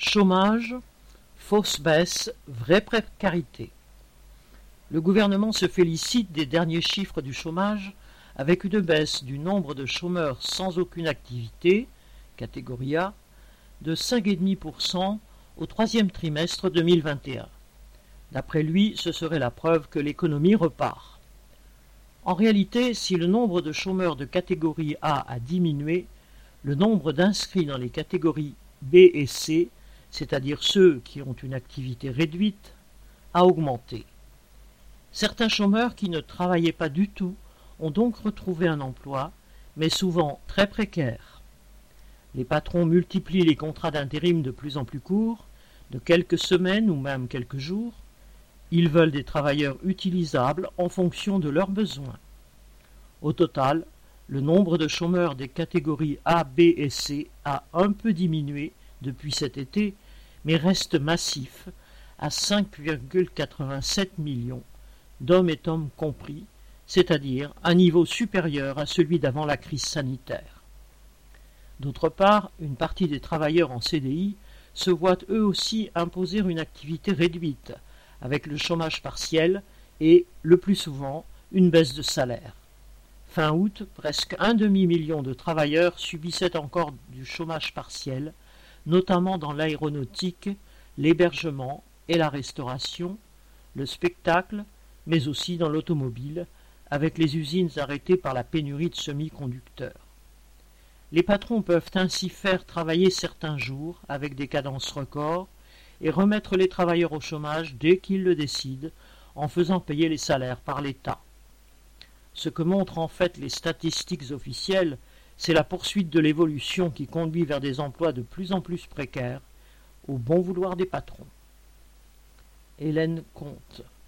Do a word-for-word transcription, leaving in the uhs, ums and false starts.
Chômage, fausse baisse, vraie précarité. Le gouvernement se félicite des derniers chiffres du chômage avec une baisse du nombre de chômeurs sans aucune activité, catégorie A, de cinq virgule cinq pour cent au troisième trimestre deux mille vingt et un. D'après lui, ce serait la preuve que l'économie repart. En réalité, si le nombre de chômeurs de catégorie A a diminué, le nombre d'inscrits dans les catégories B et C, c'est-à-dire ceux qui ont une activité réduite, a augmenté. Certains chômeurs qui ne travaillaient pas du tout ont donc retrouvé un emploi, mais souvent très précaire. Les patrons multiplient les contrats d'intérim de plus en plus courts, de quelques semaines ou même quelques jours. Ils veulent des travailleurs utilisables en fonction de leurs besoins. Au total, le nombre de chômeurs des catégories A, B et C a un peu diminué depuis cet été, mais reste massif à cinq virgule quatre-vingt-sept millions, d'hommes et femmes compris, c'est-à-dire un niveau supérieur à celui d'avant la crise sanitaire. D'autre part, une partie des travailleurs en C D I se voient eux aussi imposer une activité réduite, avec le chômage partiel et, le plus souvent, une baisse de salaire. Fin août, presque un demi-million de travailleurs subissaient encore du chômage partiel, notamment dans l'aéronautique, l'hébergement et la restauration, le spectacle, mais aussi dans l'automobile, avec les usines arrêtées par la pénurie de semi-conducteurs. Les patrons peuvent ainsi faire travailler certains jours avec des cadences records et remettre les travailleurs au chômage dès qu'ils le décident, en faisant payer les salaires par l'État. Ce que montrent en fait les statistiques officielles, c'est la poursuite de l'évolution qui conduit vers des emplois de plus en plus précaires, au bon vouloir des patrons. Hélène Comte.